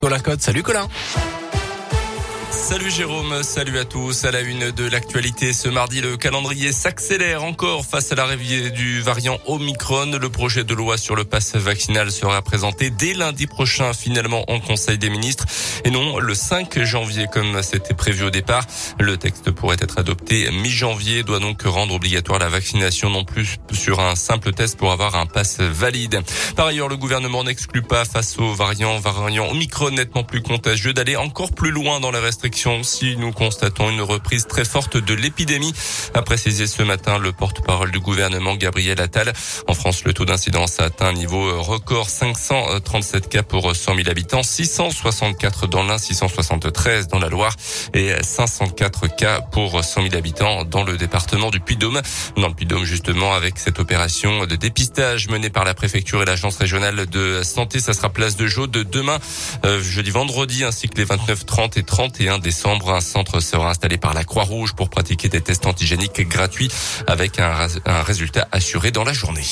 Colin Cotte, salut Colin. Salut Jérôme, salut à tous. À la une de l'actualité ce mardi, le calendrier s'accélère encore face à l'arrivée du variant Omicron. Le projet de loi sur le pass vaccinal sera présenté dès lundi prochain, finalement en Conseil des ministres, et non le 5 janvier comme c'était prévu au départ. Le texte pourrait être adopté mi-janvier, doit donc rendre obligatoire la vaccination, non plus sur un simple test pour avoir un pass valide. Par ailleurs, le gouvernement n'exclut pas, face au variant Omicron nettement plus contagieux, d'aller encore plus loin dans les restrictions si nous constatons une reprise très forte de l'épidémie, a précisé ce matin le porte-parole du gouvernement Gabriel Attal. En France, le taux d'incidence a atteint un niveau record, 537 cas pour 100 000 habitants, 664 dans l'Ain, 673 dans la Loire et 504 cas pour 100 000 habitants dans le département du Puy-de-Dôme. Dans le Puy-de-Dôme, justement, avec cette opération de dépistage menée par la préfecture et l'agence régionale de santé, ça sera place de Jaude demain, jeudi, vendredi, ainsi que les 29, 30 et 31 décembre. Un centre sera installé par la Croix-Rouge pour pratiquer des tests antigéniques gratuits avec un résultat assuré dans la journée.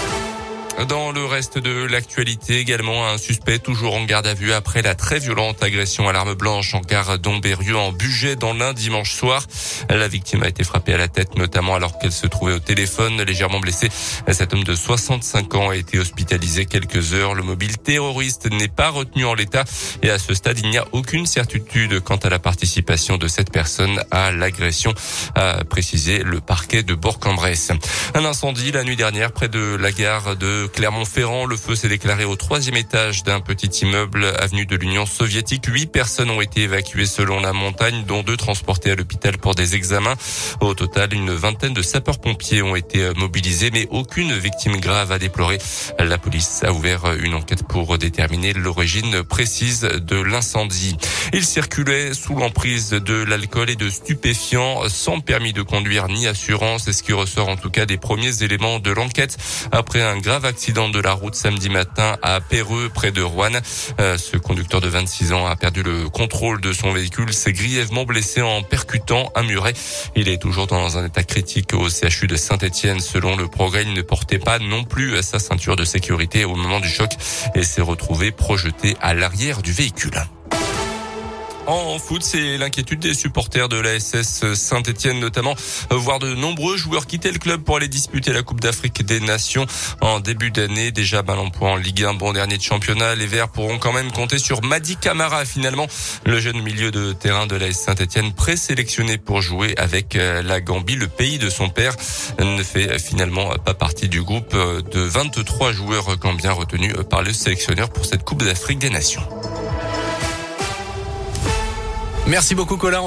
Dans le reste de l'actualité, également un suspect toujours en garde à vue après la très violente agression à l'arme blanche en gare d'Ambérieu en Bugey dans l'Ain dimanche soir. La victime a été frappée à la tête, notamment alors qu'elle se trouvait au téléphone. Légèrement blessé, cet homme de 65 ans a été hospitalisé quelques heures. Le mobile terroriste n'est pas retenu en l'état et à ce stade, il n'y a aucune certitude quant à la participation de cette personne à l'agression, a précisé le parquet de Bourg-en-Bresse. Un incendie la nuit dernière près de la gare de Clermont-Ferrand. Le feu s'est déclaré au 3e étage d'un petit immeuble avenue de l'Union soviétique. 8 personnes ont été évacuées selon la montagne, dont 2 transportées à l'hôpital pour des examens. Au total, une vingtaine de sapeurs-pompiers ont été mobilisés, mais aucune victime grave à déplorer. La police a ouvert une enquête pour déterminer l'origine précise de l'incendie. Il circulait sous l'emprise de l'alcool et de stupéfiants, sans permis de conduire ni assurance. C'est ce qui ressort en tout cas des premiers éléments de l'enquête après un grave accident de la route samedi matin à Perreux, près de Roanne. Ce conducteur de 26 ans a perdu le contrôle de son véhicule, s'est grièvement blessé en percutant un muret. Il est toujours dans un état critique au CHU de Saint-Étienne. Selon le Progrès, il ne portait pas non plus sa ceinture de sécurité au moment du choc et s'est retrouvé projeté à l'arrière du véhicule. En foot, c'est l'inquiétude des supporters de l'ASS Saint-Étienne notamment, voir de nombreux joueurs quitter le club pour aller disputer la Coupe d'Afrique des Nations en début d'année. Déjà mal en point en Ligue 1, bon dernier de championnat. Les Verts pourront quand même compter sur Madi Camara finalement, le jeune milieu de terrain de l'ASS Saint-Étienne, présélectionné pour jouer avec la Gambie. Le pays de son père ne fait finalement pas partie du groupe de 23 joueurs gambiens retenus par le sélectionneur pour cette Coupe d'Afrique des Nations. Merci beaucoup Colin.